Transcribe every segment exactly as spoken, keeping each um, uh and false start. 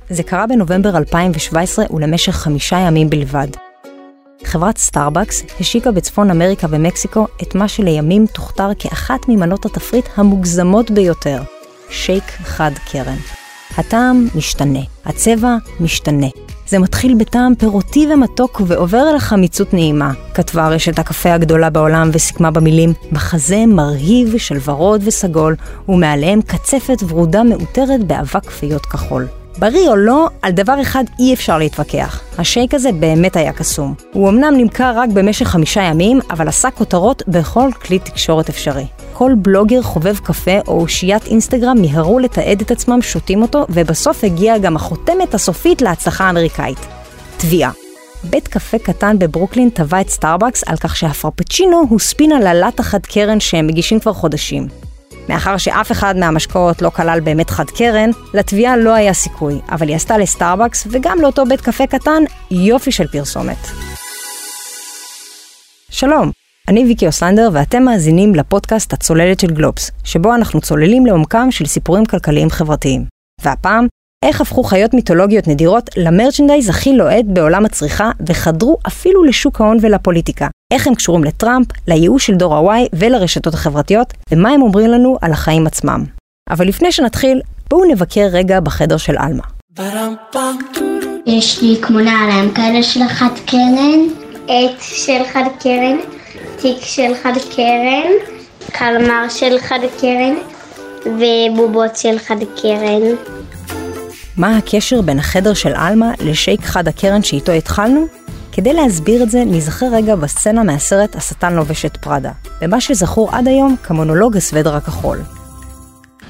זה קרה בנובמבר אלפיים שבע עשרה ולמשך חמישה ימים בלבד. חברת סטארבקס השיקה בצפון אמריקה ומקסיקו את מה שלימים תוכתר כאחת ממנות התפריט המוגזמות ביותר, שייק חד קרן. הטעם משתנה, הצבע משתנה. זה מתחיל בטעם פירותי ומתוק ועובר אל החמיצות נעימה, כתבה רשת הקפה הגדולה בעולם וסיכמה במילים, מחזה מרהיב של ורוד וסגול, ומעליהם קצפת ורודה מאותרת באבק כפיות כחול. בריא או לא, על דבר אחד אי אפשר להתווכח. השייק הזה באמת היה קסום. הוא אמנם נמכר רק במשך חמישה ימים, אבל עשה כותרות בכל כלי תקשורת אפשרי. כל בלוגר חובב קפה או אושיית אינסטגרם מיהרו לתעד את עצמם שותים אותו, ובסוף הגיעה גם החותמת הסופית להצלחה האמריקאית. תביעה. בית קפה קטן בברוקלין טבע את סטארבקס על כך שהפרפצ'ינו הוא ספין על הלאטה חד קרן שהם מגישים כבר חודשים. מאחר שאף אחד מהמשקאות לא כלל באמת חד קרן, לתביעה לא היה סיכוי, אבל היא עשתה לסטארבקס וגם לאותו בית קפה קטן יופי של פרסומת. שלום, אני ויקי אוסלנדר ואתם מאזינים לפודקאסט הצוללת של גלובס, שבו אנחנו צוללים לעומקם של סיפורים כלכליים חברתיים. והפעם, איך הפכו חיות מיתולוגיות נדירות למרצ'נדייז הכי לועד בעולם הצריכה וחדרו אפילו לשוק ההון ולפוליטיקה. איך הם קשורים לטראמפ, לייאוש של דור הוואי ולרשתות החברתיות, ומה הם אומרים לנו על החיים עצמם. אבל לפני שנתחיל, בואו נבקר רגע בחדר של אלמה. יש לי כמו נעליים כאלה של חד קרן, עט של חד קרן, תיק של חד קרן, קלמר של חד קרן ובובות של חד קרן. מה הקשר בין החדר של אלמה לשייק חד הקרן שאיתו התחלנו? כדי להסביר את זה, נזכר רגע בסצנה מהסרט השטן לובש את פראדה, במה שזכור עד היום כמונולוג הסוודר הכחול. Oh,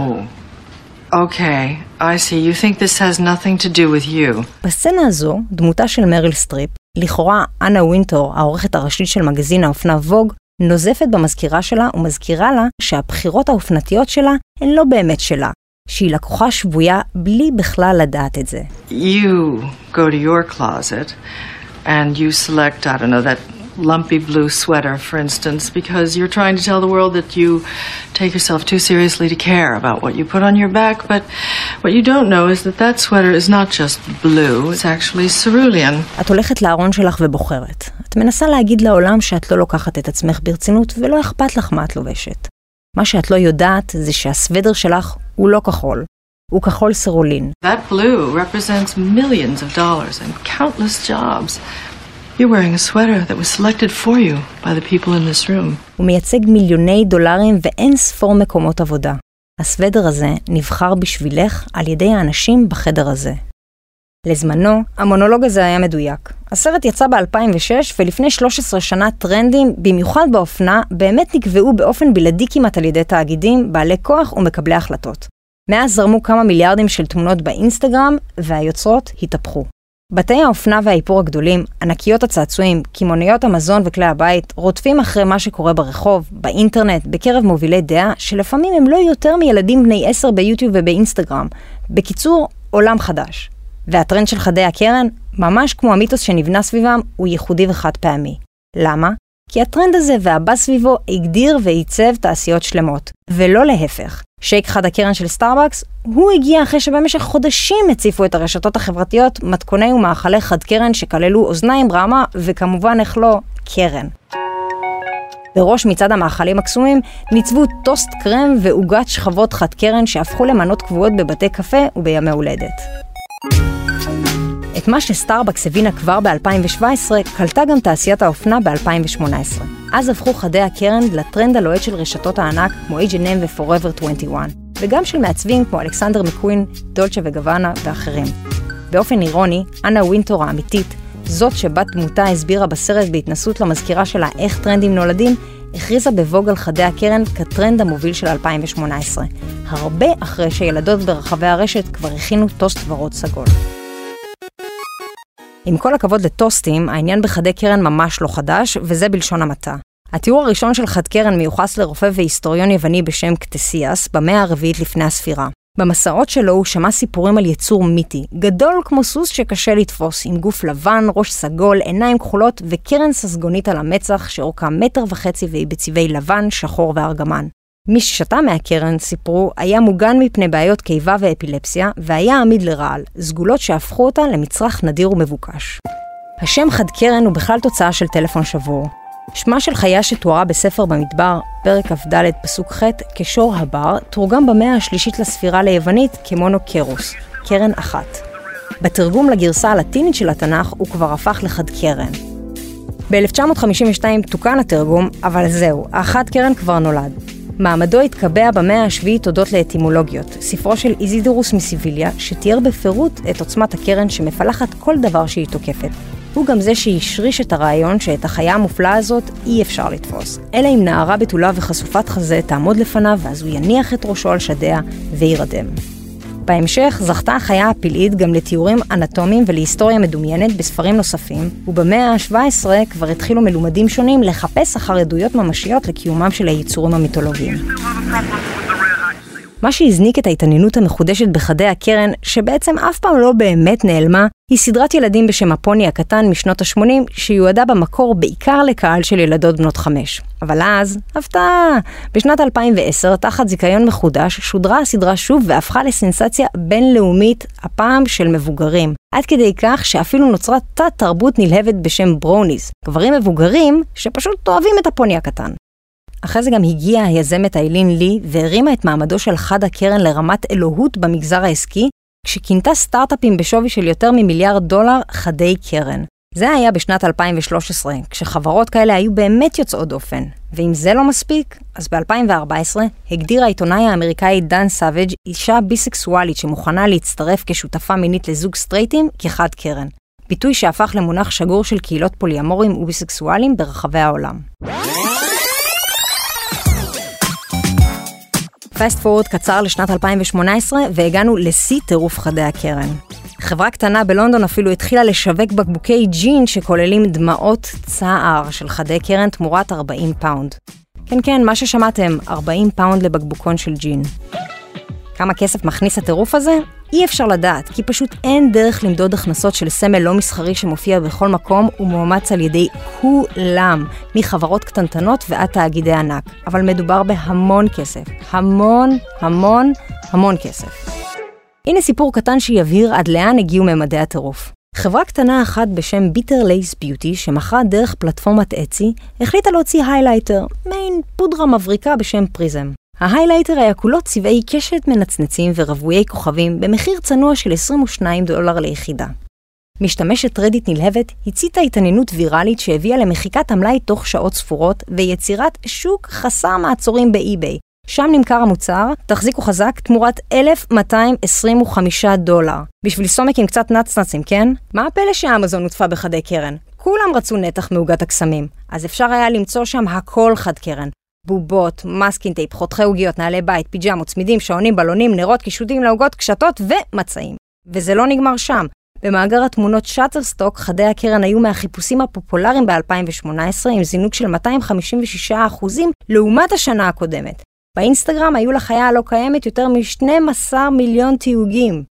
okay, I see. You think this has nothing to do with you. בסצנה הזו, דמותה של מריל סטריפ, לכאורה אנה ווינטור, העורכת הראשית של מגזין האופנה ווג, נוזפת במזכירה שלה ומזכירה לה שהבחירות האופנתיות שלה הן לא באמת שלה, שהיא לקוחה שבויה בלי בכלל לדעת את זה. You go to your closet and you select, I don't know, that lumpy blue sweater, for instance, because you're trying to tell the world that you take yourself too seriously to care about what you put on your back, but what you don't know is that that sweater is not just blue, it's actually cerulean. את הולכת לארון שלך ובוחרת. את מנסה להגיד לעולם שאת לא לוקחת את עצמך ברצינות ולא אכפת לך מה את לובשת. מה שאת לא יודעת זה שהסוודר שלך הוא לא כחול. הוא כחול סרולין. That blue represents millions of dollars and countless jobs. You're wearing a sweater that was selected for you by the people in this room. הוא מייצג מיליוני דולרים ואין ספור מקומות עבודה. הסוודר הזה נבחר בשבילך על ידי האנשים בחדר הזה. לזמנו, המונולוג הזה היה מדויק. הסרט יצא ב-אלפיים ושש, ולפני שלוש עשרה שנה טרנדים, במיוחד באופנה, באמת נקבעו באופן בלעדי כמעט על ידי תאגידים, בעלי כוח ומקבלי החלטות. מאז זרמו כמה מיליארדים של תמונות באינסטגרם, והיוצרות התהפכו. בתי האופנה והאיפור הגדולים, ענקיות הצעצועים, כימוניות המזון וכלי הבית, רודפים אחרי מה שקורה ברחוב, באינטרנט, בקרב מובילי דעה, שלפעמים הם לא יותר מילדים בני עשר ביוטיוב ובאינסטגרם. בקיצור, עולם חדש. והטרנד של חדי הקרן, ממש כמו המיתוס שנבנה סביבם, הוא ייחודי וחד פעמי. למה? כי הטרנד הזה והבא סביבו הגדיר ועיצב תעשיות שלמות, ולא להפך. שייק חד הקרן של סטארבקס, הוא הגיע אחרי שבמשך חודשים הציפו את הרשתות החברתיות, מתכוני ומאכלי חד קרן שכללו אוזניים ברמה, וכמובן איך לא, קרן. בראש מצד המאכלים הקסומים ניצבו טוסט קרם ועוגת שכבות חד קרן שהפכו למנות קבועות בבתי קפה ובימי הולדת. את מה שסטארבקס הבינה כבר ב-אלפיים שבע עשרה, קלטה גם תעשיית האופנה ב-אלפיים שמונה עשרה. אז הפכו חדי הקרן לטרנד הלוהט של רשתות הענק כמו אייץ' אנד אם ו-Forever עשרים ואחת, וגם של מעצבים כמו אלכסנדר מקווין, דולצ'ה וגוואנה ואחרים. באופן אירוני, אנה ווינטור האמיתית, זאת שבת דמותה הסבירה בסרט בהתנסות למזכירה שלה איך טרנדים נולדים, הכריזה בווג על חדי הקרן כטרנד המוביל של אלפיים שמונה עשרה, הרבה אחרי שילדות ברחבי הרשת כבר הכינו טוסט ורוד סגול. עם כל הכבוד לטוסטים, העניין בחדי קרן ממש לא חדש, וזה בלשון המעטה. התיאור הראשון של חד קרן מיוחס לרופא והיסטוריון יווני בשם קטסיאס, במאה הרביעית לפני הספירה. במסעות שלו הוא שמע סיפורים על יצור מיתי, גדול כמו סוס שקשה לתפוס, עם גוף לבן, ראש סגול, עיניים כחולות וקרן ססגונית על המצח, שאורכה מטר וחצי והיא בצבעי לבן, שחור וארגמן. מי ששתה מהקרן, סיפרו, היה מוגן מפני בעיות קיבה ואפילפסיה, והיה עמיד לרעל, סגולות שהפכו אותה למצרך נדיר ומבוקש. השם חד קרן הוא בכלל תוצאה של טלפון שבור. שמה של חיה שתוארה בספר במדבר, פרק כ"ד פסוק ח' כשור הבר, תורגם במאה השלישית לספירה ליוונית כמונוקרוס, קרן אחת. בתרגום לגרסה הלטינית של התנ"ך הוא כבר הפך לחד קרן. ב-אלף תשע מאות חמישים ושתיים תוקן התרגום, אבל זהו, החד קרן כבר נולד. מעמדו התקבע במאה השביעית תודות לאטימולוגיות, ספרו של איזידורוס מסיביליה, שתיאר בפירוט את עוצמת הקרן שמפלחת כל דבר שהיא תוקפת. הוא גם זה שהשריש את הרעיון שאת החיה המופלאה הזאת אי אפשר לתפוס. אלא אם נערה בתולה וחשופת חזה תעמוד לפניו, ואז הוא יניח את ראשו על שדיה וירדם. בהמשך זכתה החיה הפלאית גם לתיאורים אנטומיים ולהיסטוריה מדומיינת בספרים נוספים, ובמאה ה-שבע עשרה כבר התחילו מלומדים שונים לחפש אחר עדויות ממשיות לקיומם של היצורים המיתולוגיים. מה שהזניק את ההתעניינות המחודשת בחדי הקרן, שבעצם אף פעם לא באמת נעלמה, היא סדרת ילדים בשם הפוני הקטן משנות ה-שמונים, שיועדה במקור בעיקר לקהל של ילדות בנות חמש. אבל אז, הפתעה! בשנת אלפיים ועשר, תחת זיכיון מחודש, שודרה הסדרה שוב והפכה לסנסציה בינלאומית, הפעם של מבוגרים. עד כדי כך שאפילו נוצרה תת תרבות נלהבת בשם ברוניז, גברים מבוגרים שפשוט אוהבים את הפוני הקטן. אחרי זה גם הגיעה היזמת איילין לי והרימה את מעמדו של חד הקרן לרמת אלוהות במגזר העסקי, כשכינתה סטארט-אפים בשווי של יותר ממיליארד דולר חדי קרן. זה היה בשנת אלפיים ושלוש עשרה, כשחברות כאלה היו באמת יוצאות דופן. ואם זה לא מספיק, אז ב-אלפיים וארבע עשרה הגדיר העיתונאי האמריקאי דן סאביג' אישה ביסקסואלית שמוכנה להצטרף כשותפה מינית לזוג סטרייטים כחד קרן. ביטוי שהפך למונח שגור של קהילות פוליאמוריים וביסקסואליים ברחבי העולם. פאסט פורוד קצר לשנת אלפיים ושמונה עשרה והגענו לשיא טירוף חדי הקרן. חברה קטנה בלונדון אפילו התחילה לשווק בקבוקי ג'ין שכוללים דמעות צער של חדי קרן תמורת ארבעים פאונד. כן כן, מה ששמעתם, ארבעים פאונד לבקבוקון של ג'ין. כמה כסף מכניס הטירוף הזה? אי אפשר לדעת, כי פשוט אין דרך למדוד הכנסות של סמל לא מסחרי שמופיע בכל מקום ומאומץ על ידי כולם, מחברות קטנטנות ועד תאגידי ענק. אבל מדובר בהמון כסף. המון, המון, המון כסף. הנה סיפור קטן שיבהיר עד לאן הגיעו ממדי הטירוף. חברה קטנה אחת בשם ביטר לייס ביוטי, שמכרה דרך פלטפורמת אצי, החליטה להוציא היילייטר, מעין פודרה מבריקה בשם פריזם. ההיילייטר היה כולו צבעי קשת מנצנצים ורבויי כוכבים במחיר צנוע של עשרים ושניים דולר ליחידה. משתמשת רדיט נלהבת הציתה התעניינות ויראלית שהביאה למחיקת המלאי תוך שעות ספורות ויצירת שוק חסר מעצורים באי-ביי. שם נמכר המוצר, תחזיקו חזק, תמורת אלף מאתיים עשרים וחמישה דולר. בשביל סומק עם קצת נצנצים, כן? מה הפלא שהאמזון הוצפה בחדי קרן? כולם רצו נתח מעוגת הקסמים, אז אפשר היה למצוא שם הכל חד קרן. בובות, מסקין טייפ, חותכי עוגיות, נעלי בית, פיג'מות, צמידים, שעונים, בלונים, נרות, קישוטים לעוגות, קשתות ומצעים. וזה לא נגמר שם. במאגר התמונות שטרסטוק, חדי הקרן היו מהחיפושים הפופולריים ב-אלפיים ושמונה עשרה עם זינוק של מאתיים חמישים ושישה אחוזים לעומת השנה הקודמת. באינסטגרם היו לחיה הלא קיימת יותר מ-שנים עשר מיליון תיוגים.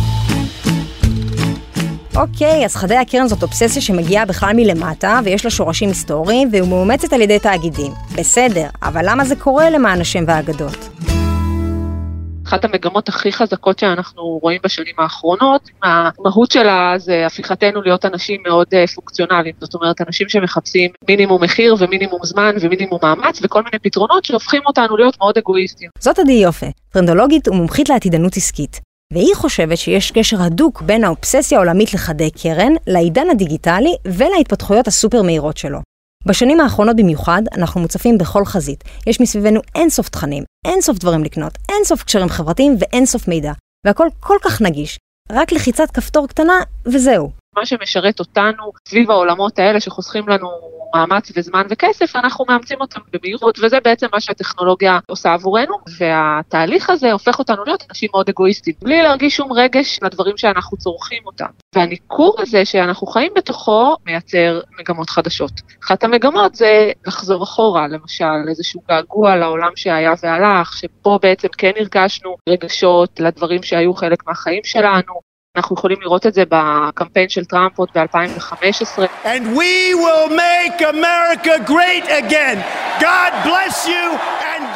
אוקיי, אז חדי הקרן זאת אובססיה שמגיעה בכלל מלמטה, ויש לה שורשים היסטוריים, והוא מאומצת על ידי תאגידים. בסדר, אבל למה זה קורה למען השם והאגדות? אחת המגמות הכי חזקות שאנחנו רואים בשנים האחרונות, המהות שלה זה הפיכתנו להיות אנשים מאוד פונקציונליים, זאת אומרת אנשים שמחפשים מינימום מחיר ומינימום זמן ומינימום מאמץ וכל מיני פתרונות שהופכים אותנו להיות מאוד אגואיסטים. זאת עדי יופי, טרנדולוגית ומומחית לעתידנות עסקית, והיא חושבת שיש קשר הדוק בין האובססיה העולמית לחדי קרן, לעידן הדיגיטלי ולהתפתחויות הסופר מהירות שלו. בשנים האחרונות במיוחד אנחנו מוצפים בכל חזית. יש מסביבנו אינסוף תכנים, אינסוף דברים לקנות, אינסוף קשרים חברתיים ואינסוף מידע. והכל כל כך נגיש. רק לחיצת כפתור קטנה וזהו. מה שמשרת אותנו סביב העולמות האלה שחוסכים לנו מאמץ וזמן וכסף, אנחנו מאמצים אותם במהירות, וזה בעצם מה שהטכנולוגיה עושה עבורנו, והתהליך הזה הופך אותנו להיות אנשים מאוד אגואיסטים, בלי להרגיש שום רגש לדברים שאנחנו צורכים אותם. והניכור הזה שאנחנו חיים בתוכו מייצר מגמות חדשות. אחת המגמות זה לחזור אחורה, למשל איזשהו געגוע לעולם שהיה והלך, שפה בעצם כן הרגשנו רגשות לדברים שהיו חלק מהחיים שלנו, אנחנו יכולים לראות את זה בקמפיין של טראמפ עוד ב-אלפיים וחמש עשרה. And we will make America great again. God bless you and good night.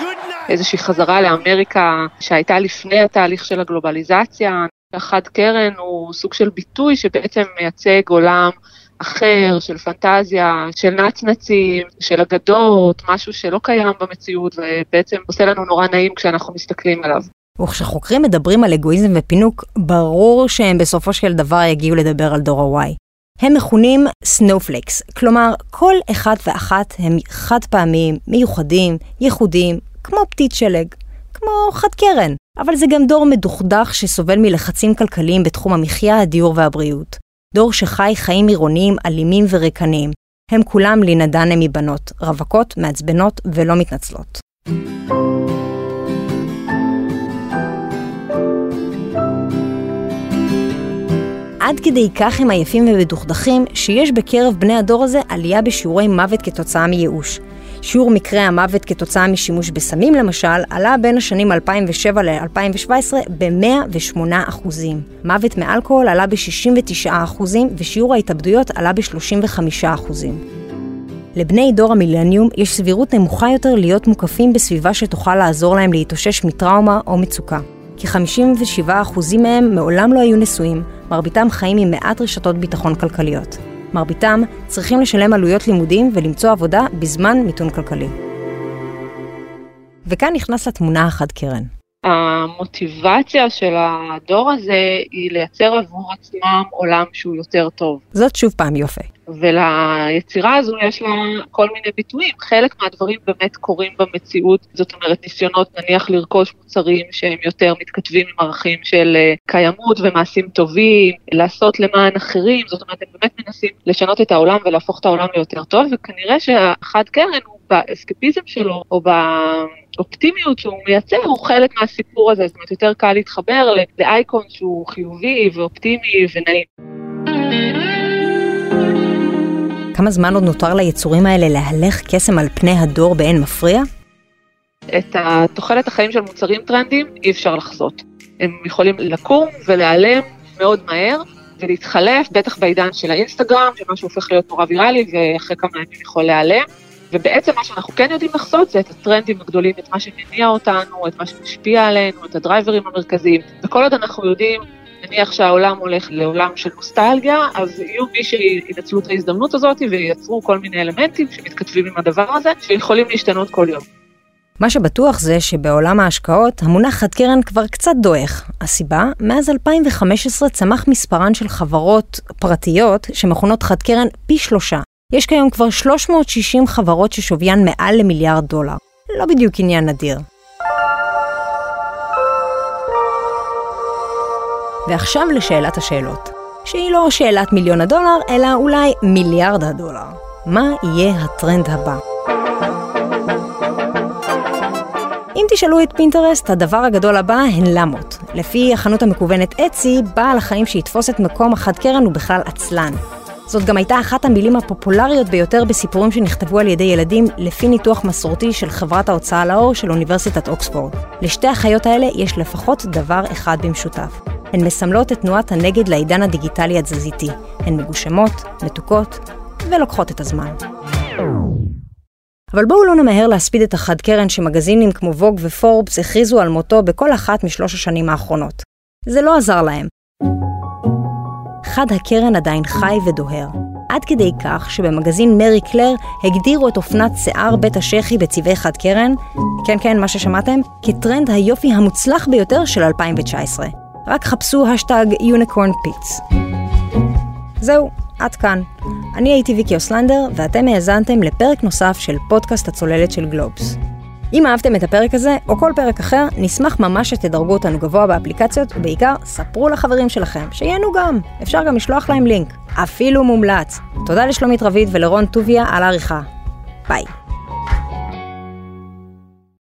איזושהי חזרה לאמריקה שהייתה לפני התהליך של הגלובליזציה. החד קרן הוא סוג של ביטוי שבעצם מייצג עולם אחר, של פנטזיה, של נצנצים, של אגדות, משהו שלא קיים במציאות, ובעצם עושה לנו נורא נעים כשאנחנו מסתכלים עליו. וכשחוקרים מדברים על אגואיזם ופינוק, ברור שהם בסופו של דבר יגיעו לדבר על דור ה-Y. הם מכונים סנופלקס, כלומר, כל אחד ואחת הם חד פעמיים, מיוחדים, ייחודיים, כמו פתית שלג, כמו חד קרן. אבל זה גם דור מדוכדך שסובל מלחצים כלכליים בתחום המחיה, הדיור והבריאות. דור שחי חיים עירוניים, אלימים וריקניים. הם כולם לינדן הם מבנות, רווקות, מעצבנות ולא מתנצלות. עד כדי כך הם עייפים ובדוכדכים שיש בקרב בני הדור הזה עלייה בשיעורי מוות כתוצאה מייאוש. שיעור מקרי המוות כתוצאה משימוש בסמים למשל עלה בין השנים אלפיים ושבע ל-אלפיים ושבע עשרה ב-מאה ושמונה אחוזים. מוות מאלכוהול עלה ב-שישים ותשעה אחוזים ושיעור ההתאבדויות עלה ב-שלושים וחמישה אחוזים. לבני דור המילניום יש סבירות נמוכה יותר להיות מוקפים בסביבה שתוכל לעזור להם להתאושש מטראומה או מצוקה. כ-חמישים ושבעה אחוזים מהם מעולם לא היו נשואים, מרביתם חיים עם מעט רשתות ביטחון כלכליות. מרביתם צריכים לשלם עלויות לימודים ולמצוא עבודה בזמן מיתון כלכלי. וכאן נכנס לתמונה החד קרן. המוטיבציה של הדור הזה היא לייצר עבור עצמם עולם שהוא יותר טוב. זאת שוב פעם יופי. וליצירה הזו יש לה כל מיני ביטויים. חלק מהדברים באמת קורים במציאות, זאת אומרת ניסיונות נניח לרכוש מוצרים שהם יותר מתכתבים עם ערכים של קיימות ומעשים טובים, לעשות למען אחרים, זאת אומרת הם באמת מנסים לשנות את העולם ולהפוך את העולם ליותר טוב, וכנראה שהחד קרן הוא באסקפיזם שלו או באופטימיות שהוא מייצר הוא חלק מהסיפור הזה, זאת אומרת יותר קל להתחבר לאייקון שהוא חיובי ואופטימי ונעים. כמה זמן עוד נותר ליצורים האלה להלך קסם על פני הדור באין מפריע? את תוחלת החיים של מוצרים טרנדים אי אפשר לחזות. הם יכולים לקום ולהיעלם מאוד מהר ולהתחלף, בטח בעידן של האינסטגרם, שמשהו הופך להיות נורא ויראלי ואחרי כמה ימים יכול להיעלם. ובעצם מה שאנחנו כן יודעים לחזות זה את הטרנדים הגדולים, את מה שמניע אותנו, את מה שמשפיע עלינו, את הדרייברים המרכזיים. וכל עוד אנחנו יודעים, נניח שהעולם הולך לעולם של נוסטלגיה, אז יהיו מי שינצלו את ההזדמנות הזאת וייצרו כל מיני אלמנטים שמתכתבים עם הדבר הזה, שיכולים להשתנות כל יום. מה שבטוח זה שבעולם ההשקעות, המונח חד קרן כבר קצת דועך. הסיבה, מאז אלפיים וחמש עשרה צמח מספרן של חברות פרטיות שמכונות חד קרן פי שלושה. יש כיום כבר שלוש מאות ושישים חברות ששוויין מעל למיליארד דולר. לא בדיוק עניין נדיר. ועכשיו לשאלת השאלות, שהיא לא שאלת מיליון הדולר, אלא אולי מיליארד הדולר. מה יהיה הטרנד הבא? אם תשאלו את פינטרסט, הדבר הגדול הבא הן למות. לפי החנות המקוונת אצי, בעל החיים שיתפוס את מקום החד קרן הוא בכלל עצלן. זאת גם הייתה אחת המילים הפופולריות ביותר בסיפורים שנכתבו על ידי ילדים לפי ניתוח מסורתי של חברת ההוצאה לאור של אוניברסיטת אוקספורד. לשתי החיות האלה יש לפחות דבר אחד במשותף. הן מסמלות את תנועת הנגד לעידן הדיגיטלי התזזיתי. הן מגושמות, מתוקות ולוקחות את הזמן. אבל בואו לא נמהר להספיד את החד קרן שמגזינים כמו ווג ופורבס הכריזו על מותו בכל אחת משלוש השנים האחרונות. זה לא עזר להם. חד הקרן עדיין חי ודוהר. עד כדי כך שבמגזין מרי קלר הגדירו את אופנת שיער בית השחי בצבעי חד קרן, כן כן מה ששמעתם, כטרנד היופי המוצלח ביותר של אלפיים תשע עשרה. רק חפשו השטג יוניקורן פיץ. זהו, עד כאן. אני הייתי ויקי אוסלנדר ואתם האזנתם לפרק נוסף של פודקאסט הצוללת של גלובס. אם אהבתם את הפרק הזה, או כל פרק אחר, נשמח ממש שתדרגו אותנו גבוה באפליקציות, ובעיקר, ספרו לחברים שלכם, שיהנו גם. אפשר גם לשלוח להם לינק. אפילו מומלץ. תודה לשלומית רביד ולרון טוביה על העריכה. ביי.